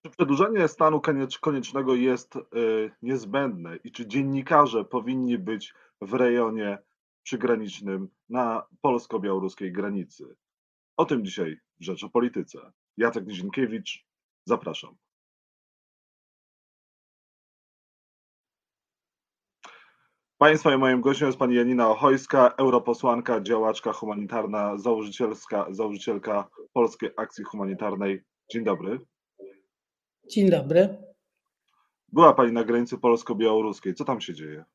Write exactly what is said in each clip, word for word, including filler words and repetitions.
Czy przedłużenie stanu koniecz- koniecznego jest y, niezbędne i czy dziennikarze powinni być w rejonie przygranicznym na polsko-białoruskiej granicy? O tym dzisiaj w Rzecz o Polityce. Jacek Nizinkiewicz, zapraszam. Państwa i moim gościem jest pani Janina Ochojska, europosłanka, działaczka humanitarna, założycielska, założycielka Polskiej Akcji Humanitarnej. Dzień dobry. Dzień dobry. Była pani na granicy polsko-białoruskiej. Co tam się dzieje?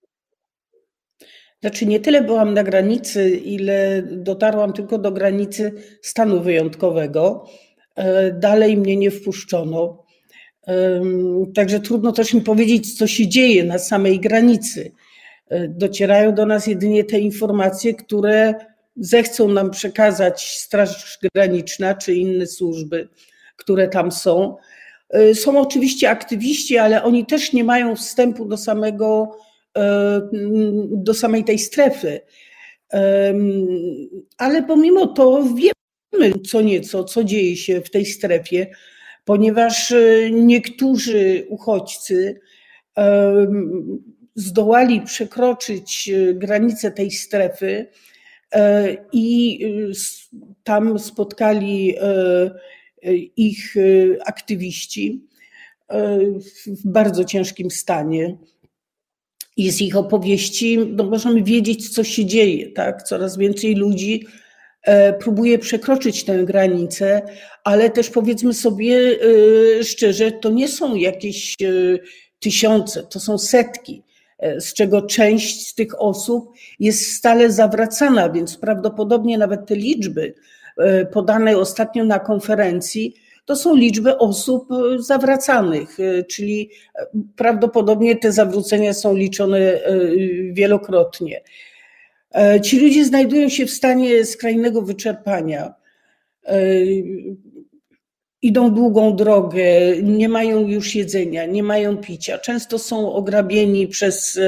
Znaczy nie tyle byłam na granicy, ile dotarłam tylko do granicy stanu wyjątkowego. Dalej mnie nie wpuszczono. Także trudno też mi powiedzieć, co się dzieje na samej granicy. Docierają do nas jedynie te informacje, które zechcą nam przekazać Straż Graniczna czy inne służby, które tam są. Są oczywiście aktywiści, ale oni też nie mają wstępu do samego, do samej tej strefy. Ale pomimo to wiemy co nieco, co dzieje się w tej strefie, ponieważ niektórzy uchodźcy zdołali przekroczyć granicę tej strefy i tam spotkali ich aktywiści w bardzo ciężkim stanie. I z ich opowieści no, możemy wiedzieć, co się dzieje. Tak? Coraz więcej ludzi próbuje przekroczyć tę granicę, ale też powiedzmy sobie szczerze, to nie są jakieś tysiące, to są setki, z czego część z tych osób jest stale zawracana, więc prawdopodobnie nawet te liczby podane ostatnio na konferencji to są liczby osób zawracanych, czyli prawdopodobnie te zawrócenia są liczone wielokrotnie. Ci ludzie znajdują się w stanie skrajnego wyczerpania. Idą długą drogę, nie mają już jedzenia, nie mają picia. Często są ograbieni przez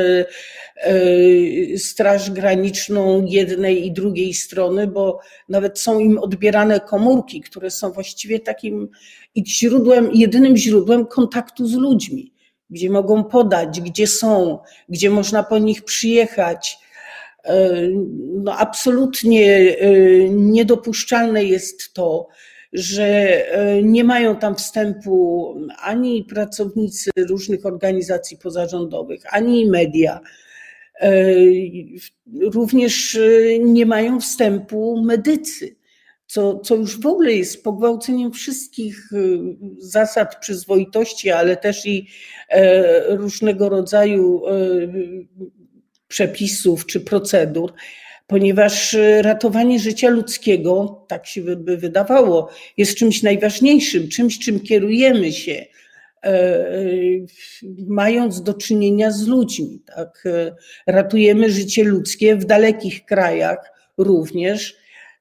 Straż Graniczną jednej i drugiej strony, bo nawet są im odbierane komórki, które są właściwie takim źródłem, jedynym źródłem kontaktu z ludźmi, gdzie mogą podać, gdzie są, gdzie można po nich przyjechać. No absolutnie niedopuszczalne jest to, że nie mają tam wstępu ani pracownicy różnych organizacji pozarządowych, ani media. Również nie mają wstępu medycy, co, co już w ogóle jest pogwałceniem wszystkich zasad przyzwoitości, ale też i różnego rodzaju przepisów czy procedur, ponieważ ratowanie życia ludzkiego, tak się by wydawało, jest czymś najważniejszym, czymś, czym kierujemy się, mając do czynienia z ludźmi. Tak? Ratujemy życie ludzkie w dalekich krajach również,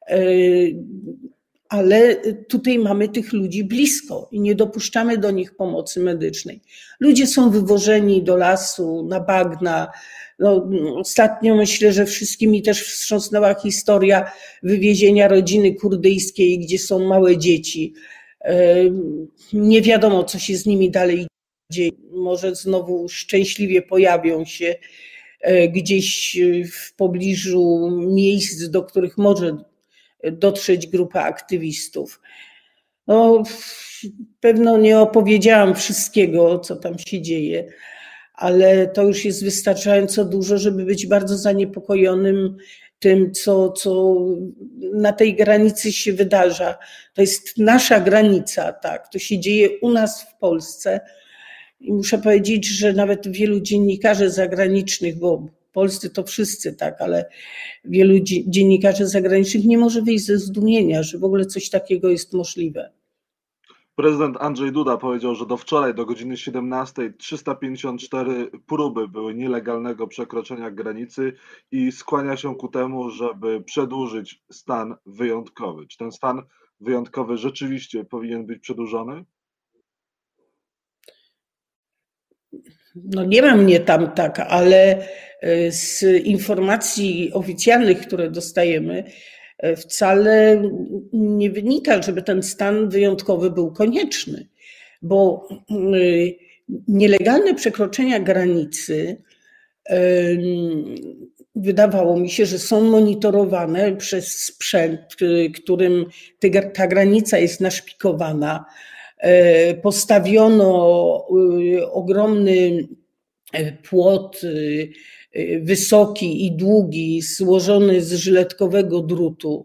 ale tutaj mamy tych ludzi blisko i nie dopuszczamy do nich pomocy medycznej. Ludzie są wywożeni do lasu, na bagna. No, ostatnio myślę, że wszystkimi też wstrząsnęła historia wywiezienia rodziny kurdyjskiej, gdzie są małe dzieci. Nie wiadomo, co się z nimi dalej dzieje. Może znowu szczęśliwie pojawią się gdzieś w pobliżu miejsc, do których może dotrzeć grupa aktywistów. No, pewno nie opowiedziałam wszystkiego, co tam się dzieje, ale to już jest wystarczająco dużo, żeby być bardzo zaniepokojonym tym, co, co na tej granicy się wydarza. To jest nasza granica, tak, to się dzieje u nas w Polsce. I muszę powiedzieć, że nawet wielu dziennikarzy zagranicznych, bo polscy to wszyscy, tak, ale wielu dziennikarzy zagranicznych nie może wyjść ze zdumienia, że w ogóle coś takiego jest możliwe. Prezydent Andrzej Duda powiedział, że do wczoraj, do godziny siedemnastej, trzysta pięćdziesiąt cztery próby były nielegalnego przekroczenia granicy i skłania się ku temu, żeby przedłużyć stan wyjątkowy. Czy ten stan wyjątkowy rzeczywiście powinien być przedłużony? No nie ma mnie tam tak, ale z informacji oficjalnych, które dostajemy, wcale nie wynika, żeby ten stan wyjątkowy był konieczny. bo nielegalne przekroczenia granicy wydawało mi się, że są monitorowane przez sprzęt, którym ta granica jest naszpikowana. Postawiono ogromny płot, wysoki i długi, złożony z żyletkowego drutu.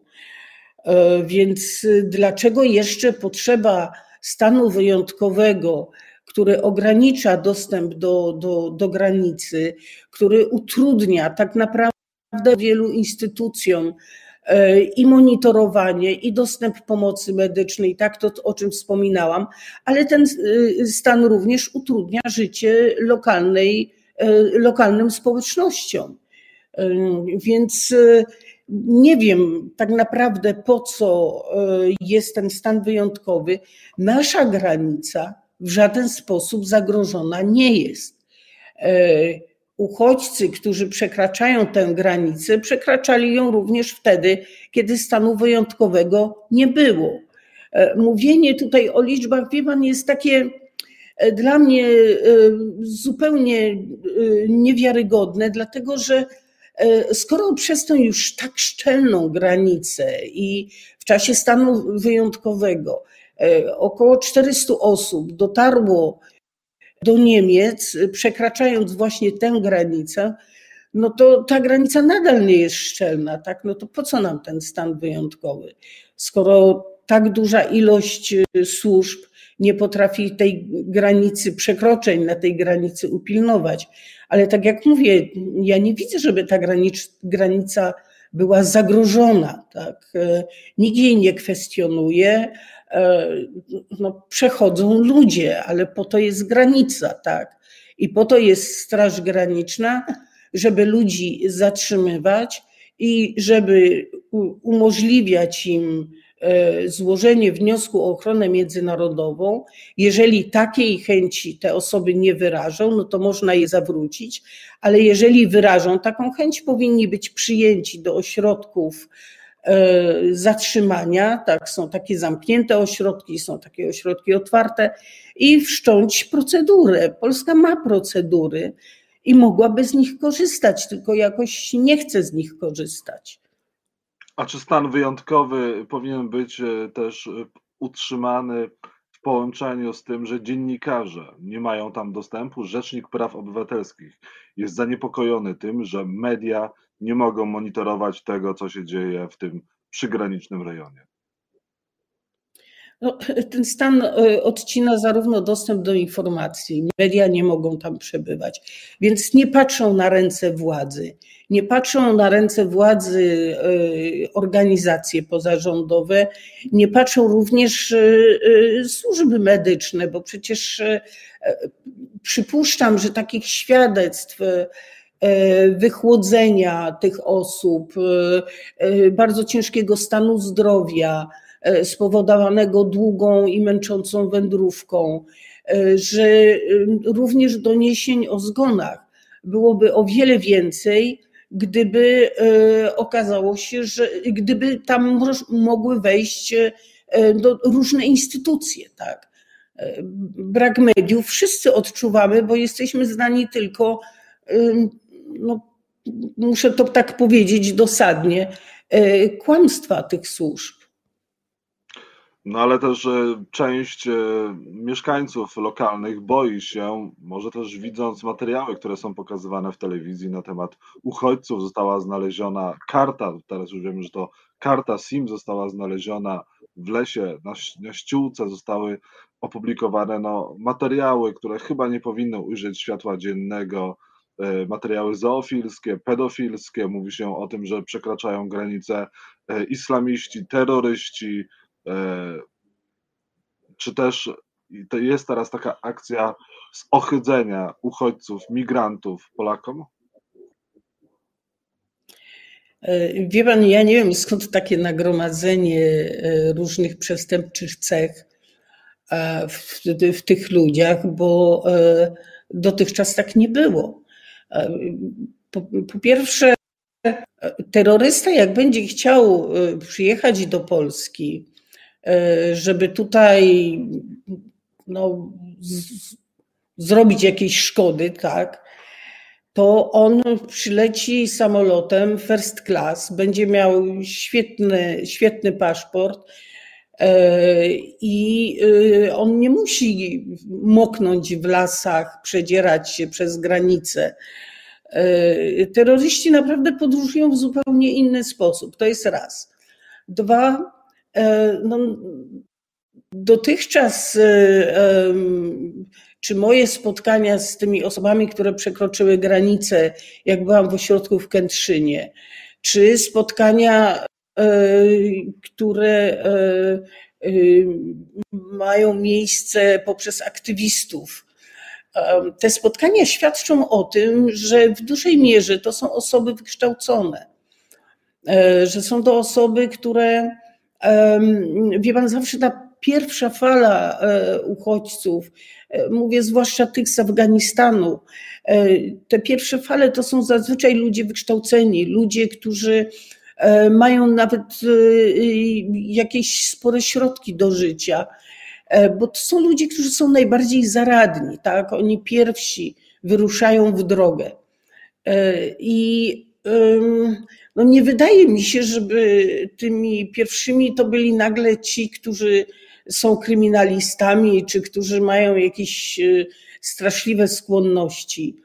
Więc dlaczego jeszcze potrzeba stanu wyjątkowego, który ogranicza dostęp do, do, do granicy, który utrudnia tak naprawdę wielu instytucjom i monitorowanie, i dostęp pomocy medycznej, tak to, o czym wspominałam, ale ten stan również utrudnia życie lokalnej, lokalnym społecznościom. Więc nie wiem tak naprawdę, po co jest ten stan wyjątkowy. Nasza granica w żaden sposób zagrożona nie jest. Uchodźcy, którzy przekraczają tę granicę, przekraczali ją również wtedy, kiedy stanu wyjątkowego nie było. Mówienie tutaj o liczbach, wie pan, jest takie dla mnie zupełnie niewiarygodne, dlatego że skoro przez tę już tak szczelną granicę i w czasie stanu wyjątkowego około czterysta osób dotarło do Niemiec, przekraczając właśnie tę granicę, no to ta granica nadal nie jest szczelna, tak? No to po co nam ten stan wyjątkowy, skoro tak duża ilość służb nie potrafi tej granicy, przekroczeń na tej granicy upilnować. Ale tak jak mówię, ja nie widzę, żeby ta granica była zagrożona, tak? Nikt jej nie kwestionuje. No, przechodzą ludzie, ale po to jest granica, tak? I po to jest Straż Graniczna, żeby ludzi zatrzymywać i żeby umożliwiać im złożenie wniosku o ochronę międzynarodową. Jeżeli takiej chęci te osoby nie wyrażą, no to można je zawrócić, ale jeżeli wyrażą taką chęć, powinni być przyjęci do ośrodków zatrzymania, tak, są takie zamknięte ośrodki, są takie ośrodki otwarte i wszcząć procedurę. Polska ma procedury i mogłaby z nich korzystać, tylko jakoś nie chce z nich korzystać. A czy stan wyjątkowy powinien być też utrzymany w połączeniu z tym, że dziennikarze nie mają tam dostępu? Rzecznik Praw Obywatelskich jest zaniepokojony tym, że media nie mogą monitorować tego, co się dzieje w tym przygranicznym rejonie. No, ten stan odcina zarówno dostęp do informacji, media nie mogą tam przebywać, więc nie patrzą na ręce władzy, nie patrzą na ręce władzy organizacje pozarządowe, nie patrzą również służby medyczne, bo przecież przypuszczam, że takich świadectw wychłodzenia tych osób, bardzo ciężkiego stanu zdrowia, spowodowanego długą i męczącą wędrówką, że również doniesień o zgonach byłoby o wiele więcej, gdyby okazało się, że gdyby tam mogły wejść do różne instytucje, tak. Brak mediów wszyscy odczuwamy, bo jesteśmy znani tylko, no, muszę to tak powiedzieć dosadnie, kłamstwa tych służb. No ale też część mieszkańców lokalnych boi się, może też widząc materiały, które są pokazywane w telewizji na temat uchodźców, została znaleziona karta, teraz już wiemy, że to karta SIM została znaleziona w lesie, na, na ściółce zostały opublikowane no, materiały, które chyba nie powinny ujrzeć światła dziennego, materiały zoofilskie, pedofilskie, mówi się o tym, że przekraczają granice islamiści, terroryści, czy też to jest teraz taka akcja zohydzenia uchodźców, migrantów Polakom? Wie pan, ja nie wiem, skąd takie nagromadzenie różnych przestępczych cech w, w tych ludziach, bo dotychczas tak nie było. Po, po pierwsze, terrorysta, jak będzie chciał przyjechać do Polski, żeby tutaj no, z, zrobić jakieś szkody, tak, to on przyleci samolotem first class, będzie miał świetny, świetny paszport i on nie musi moknąć w lasach, przedzierać się przez granicę. Terroryści naprawdę podróżują w zupełnie inny sposób. To jest raz. Dwa, no, dotychczas czy moje spotkania z tymi osobami, które przekroczyły granicę, jak byłam w ośrodku w Kętrzynie, czy spotkania, które mają miejsce poprzez aktywistów. Te spotkania świadczą o tym, że w dużej mierze to są osoby wykształcone, że są to osoby, które, wie pan, zawsze ta pierwsza fala uchodźców, mówię zwłaszcza tych z Afganistanu, te pierwsze fale to są zazwyczaj ludzie wykształceni, ludzie, którzy mają nawet jakieś spore środki do życia, bo to są ludzie, którzy są najbardziej zaradni, tak? Oni pierwsi wyruszają w drogę. I no nie wydaje mi się, żeby tymi pierwszymi to byli nagle ci, którzy są kryminalistami, czy którzy mają jakieś straszliwe skłonności.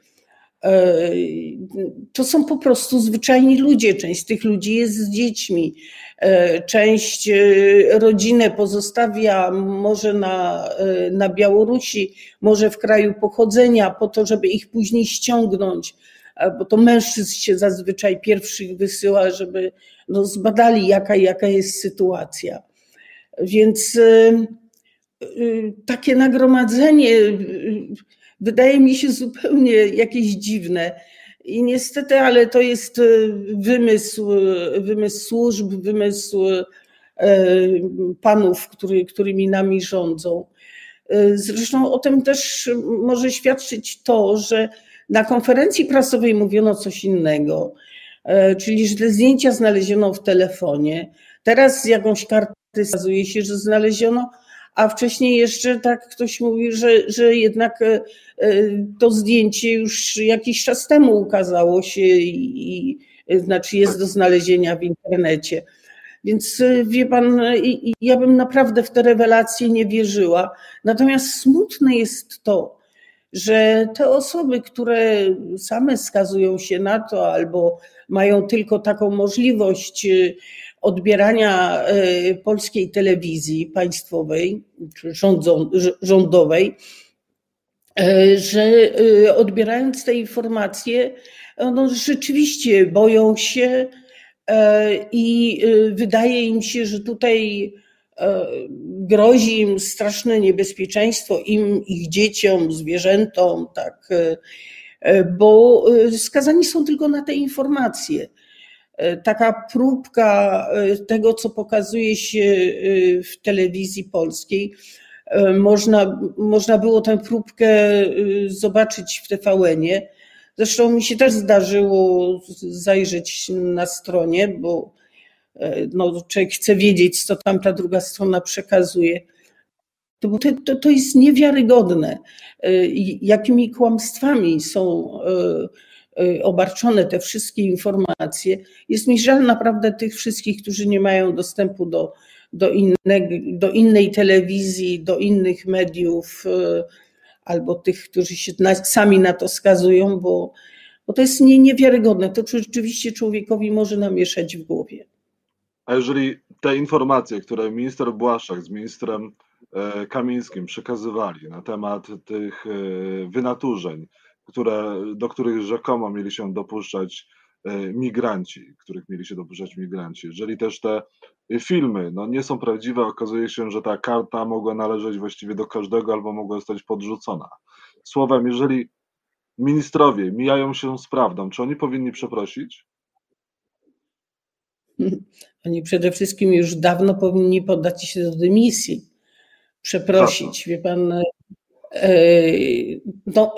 To są po prostu zwyczajni ludzie. Część z tych ludzi jest z dziećmi. Część rodzinę pozostawia może na, na Białorusi, może w kraju pochodzenia, po to, żeby ich później ściągnąć, bo to mężczyzn się zazwyczaj pierwszych wysyła, żeby no, zbadali, jaka, jaka jest sytuacja. Więc takie nagromadzenie wydaje mi się zupełnie jakieś dziwne. I niestety, ale to jest wymysł, wymysł służb, wymysł panów, który, którymi nami rządzą. Zresztą o tym też może świadczyć to, że na konferencji prasowej mówiono coś innego, czyli że te zdjęcia znaleziono w telefonie. Teraz z jakąś kartą okazuje się, że znaleziono, a wcześniej jeszcze tak ktoś mówi, że, że jednak to zdjęcie już jakiś czas temu ukazało się i, i znaczy jest do znalezienia w internecie. Więc wie pan, ja bym naprawdę w te rewelacje nie wierzyła. Natomiast smutne jest to, że te osoby, które same skazują się na to albo mają tylko taką możliwość odbierania polskiej telewizji państwowej, czy rządzą, rządowej, że odbierając te informacje, no rzeczywiście boją się i wydaje im się, że tutaj grozi im straszne niebezpieczeństwo, im, ich dzieciom, zwierzętom, tak, bo skazani są tylko na te informacje. Taka próbka tego, co pokazuje się w telewizji polskiej, można, można było tę próbkę zobaczyć w T V N-ie. Zresztą mi się też zdarzyło zajrzeć na stronie, bo no, człowiek chce wiedzieć, co tam ta druga strona przekazuje. To, to, to jest niewiarygodne, jakimi kłamstwami są obarczone te wszystkie informacje. Jest mi żal naprawdę tych wszystkich, którzy nie mają dostępu do, do, innego, do innej telewizji, do innych mediów, albo tych, którzy się na, sami na to skazują, bo, bo to jest nie, niewiarygodne. To rzeczywiście człowiekowi może namieszać w głowie. A jeżeli te informacje, które minister Błaszczak z ministrem Kamińskim przekazywali na temat tych wynaturzeń, które, do których rzekomo mieli się dopuszczać migranci, których mieli się dopuszczać migranci, jeżeli też te filmy no, nie są prawdziwe, okazuje się, że ta karta mogła należeć właściwie do każdego albo mogła zostać podrzucona. Słowem, jeżeli ministrowie mijają się z prawdą, czy oni powinni przeprosić? Oni przede wszystkim już dawno powinni poddać się do dymisji, przeprosić, wie pan, no,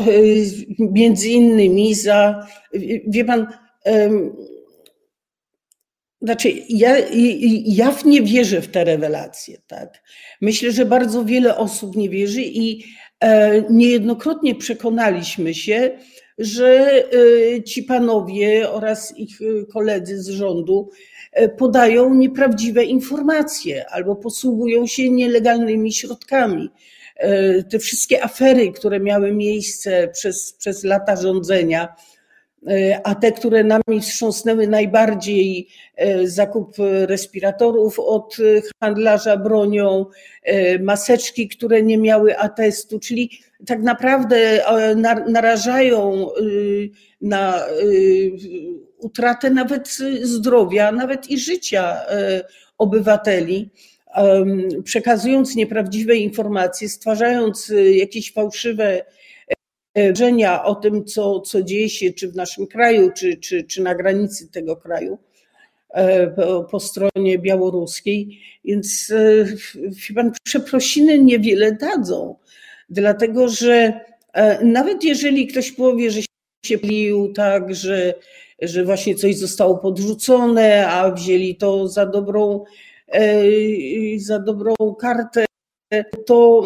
między innymi za, wie pan, Znaczy, ja, ja nie wierzę w te rewelacje, tak. Myślę, że bardzo wiele osób nie wierzy i niejednokrotnie przekonaliśmy się, że ci panowie oraz ich koledzy z rządu podają nieprawdziwe informacje albo posługują się nielegalnymi środkami. Te wszystkie afery, które miały miejsce przez, przez lata rządzenia, a te, które nami wstrząsnęły najbardziej, zakup respiratorów od handlarza bronią, maseczki, które nie miały atestu, czyli tak naprawdę narażają na utratę nawet zdrowia, nawet i życia obywateli, przekazując nieprawdziwe informacje, stwarzając jakieś fałszywe wrażenia o tym, co, co dzieje się czy w naszym kraju, czy, czy, czy na granicy tego kraju po, po stronie białoruskiej. Więc wie pan, przeprosiny niewiele dadzą, dlatego że nawet jeżeli ktoś powie, że się plił, tak, że, że właśnie coś zostało podrzucone, a wzięli to za dobrą, za dobrą kartę, to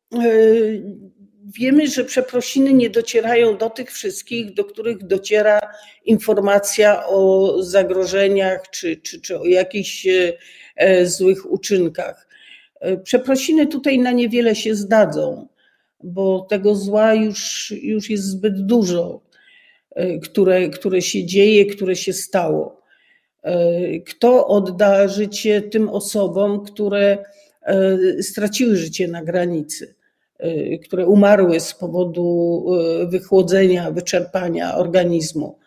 wiemy, że przeprosiny nie docierają do tych wszystkich, do których dociera informacja o zagrożeniach czy, czy, czy o jakichś złych uczynkach. Przeprosiny tutaj na niewiele się zdadzą, bo tego zła już, już jest zbyt dużo, które, które się dzieje, które się stało. Kto odda życie tym osobom, które straciły życie na granicy, które umarły z powodu wychłodzenia, wyczerpania organizmu?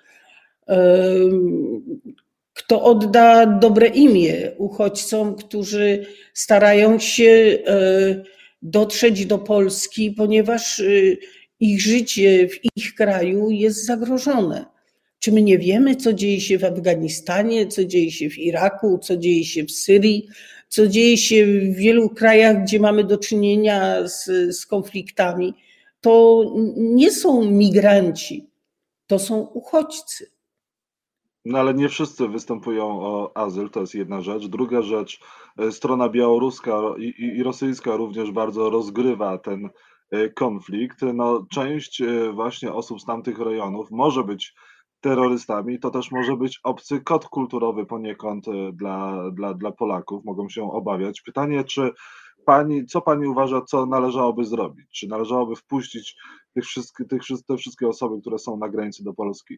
Kto odda dobre imię uchodźcom, którzy starają się dotrzeć do Polski, ponieważ ich życie w ich kraju jest zagrożone? Czy my nie wiemy, co dzieje się w Afganistanie, co dzieje się w Iraku, co dzieje się w Syrii, co dzieje się w wielu krajach, gdzie mamy do czynienia z, z konfliktami? To nie są migranci, to są uchodźcy. No ale nie wszyscy występują o azyl, to jest jedna rzecz. Druga rzecz, strona białoruska i, i rosyjska również bardzo rozgrywa ten konflikt. No, część właśnie osób z tamtych rejonów może być terrorystami, to też może być obcy kod kulturowy poniekąd dla, dla, dla Polaków, mogą się obawiać. Pytanie, czy pani, co pani uważa, co należałoby zrobić? Czy należałoby wpuścić tych wszystkich, tych, te wszystkie osoby, które są na granicy do Polski?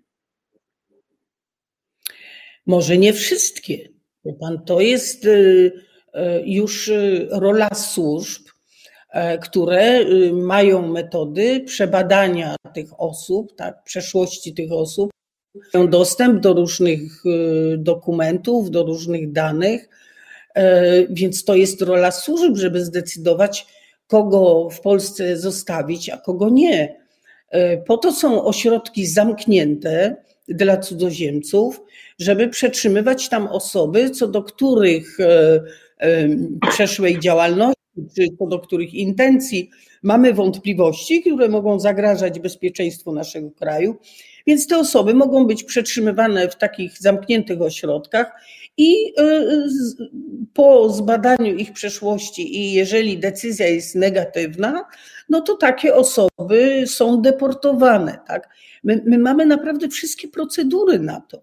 Może nie wszystkie. Pan, to jest już rola służb, które mają metody przebadania tych osób, tak, przeszłości tych osób, mają dostęp do różnych dokumentów, do różnych danych, więc to jest rola służb, żeby zdecydować, kogo w Polsce zostawić, a kogo nie. Po to są ośrodki zamknięte dla cudzoziemców, żeby przetrzymywać tam osoby, co do których przeszłej działalności, czy co do których intencji mamy wątpliwości, które mogą zagrażać bezpieczeństwu naszego kraju. Więc te osoby mogą być przetrzymywane w takich zamkniętych ośrodkach i po zbadaniu ich przeszłości i jeżeli decyzja jest negatywna, no to takie osoby są deportowane. Tak? My, my mamy naprawdę wszystkie procedury na to.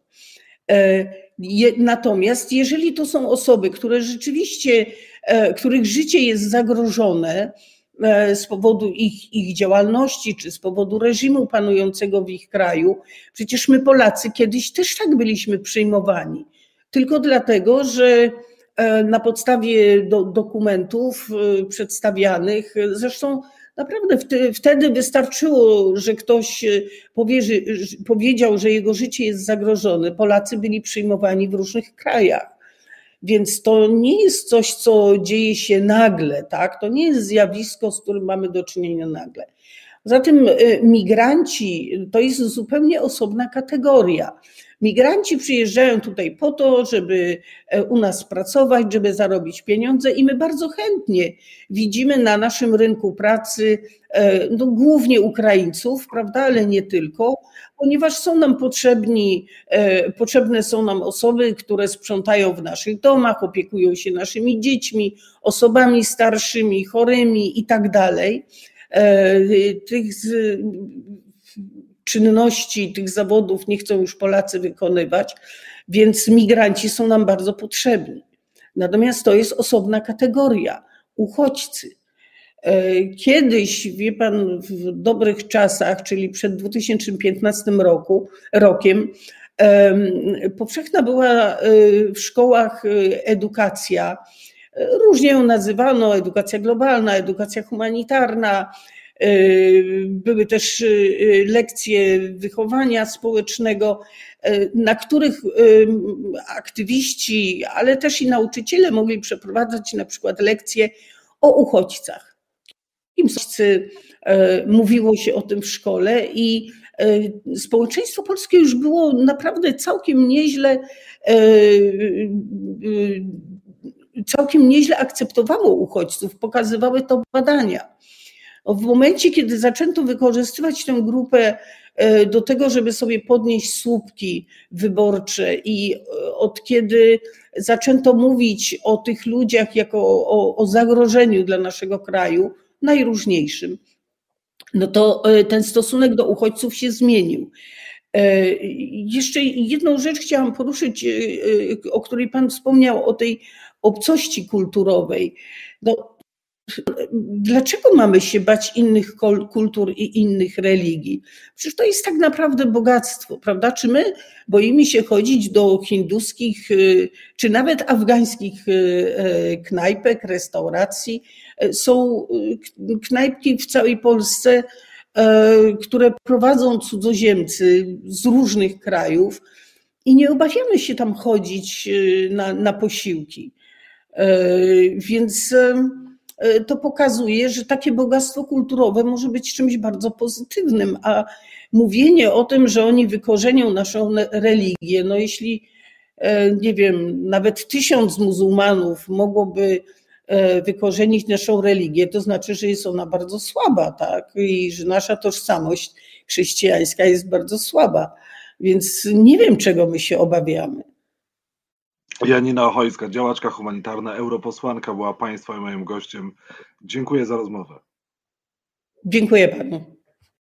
Natomiast jeżeli to są osoby, które rzeczywiście, których życie jest zagrożone z powodu ich, ich działalności czy z powodu reżimu panującego w ich kraju, przecież my Polacy kiedyś też tak byliśmy przyjmowani. Tylko dlatego, że na podstawie do, dokumentów przedstawianych, zresztą naprawdę wtedy wystarczyło, że ktoś powie, że, powiedział, że jego życie jest zagrożone. Polacy byli przyjmowani w różnych krajach. Więc to nie jest coś, co dzieje się nagle, tak? To nie jest zjawisko, z którym mamy do czynienia nagle. Poza tym migranci to jest zupełnie osobna kategoria. Migranci przyjeżdżają tutaj po to, żeby u nas pracować, żeby zarobić pieniądze i my bardzo chętnie widzimy na naszym rynku pracy no, głównie Ukraińców, prawda, ale nie tylko, ponieważ są nam potrzebni, potrzebne są nam osoby, które sprzątają w naszych domach, opiekują się naszymi dziećmi, osobami starszymi, chorymi i tak dalej. Tych czynności, tych zawodów nie chcą już Polacy wykonywać, więc migranci są nam bardzo potrzebni. Natomiast to jest osobna kategoria, uchodźcy. Kiedyś, wie pan, w dobrych czasach, czyli przed dwa tysiące piętnastym roku, rokiem, powszechna była w szkołach edukacja, różnie ją nazywano, edukacja globalna, edukacja humanitarna, były też lekcje wychowania społecznego, na których aktywiści, ale też i nauczyciele mogli przeprowadzać na przykład lekcje o uchodźcach. Mówiło się o tym w szkole i społeczeństwo polskie już było naprawdę całkiem nieźle, całkiem nieźle akceptowało uchodźców, pokazywały to badania. W momencie, kiedy zaczęto wykorzystywać tę grupę do tego, żeby sobie podnieść słupki wyborcze i od kiedy zaczęto mówić o tych ludziach jako o, o zagrożeniu dla naszego kraju, najróżniejszym, no to ten stosunek do uchodźców się zmienił. Jeszcze jedną rzecz chciałam poruszyć, o której pan wspomniał, o tej obcości kulturowej. No, dlaczego mamy się bać innych kultur i innych religii? Przecież to jest tak naprawdę bogactwo, prawda? Czy my boimy się chodzić do hinduskich, czy nawet afgańskich knajpek, restauracji? Są knajpki w całej Polsce, które prowadzą cudzoziemcy z różnych krajów i nie obawiamy się tam chodzić na, na posiłki. Więc to pokazuje, że takie bogactwo kulturowe może być czymś bardzo pozytywnym, a mówienie o tym, że oni wykorzenią naszą religię, no jeśli, nie wiem, nawet tysiąc muzułmanów mogłoby wykorzenić naszą religię, to znaczy, że jest ona bardzo słaba, tak? I że nasza tożsamość chrześcijańska jest bardzo słaba. Więc nie wiem, czego my się obawiamy. Janina Ochojska, działaczka humanitarna, europosłanka, była państwa i moim gościem. Dziękuję za rozmowę. Dziękuję panu.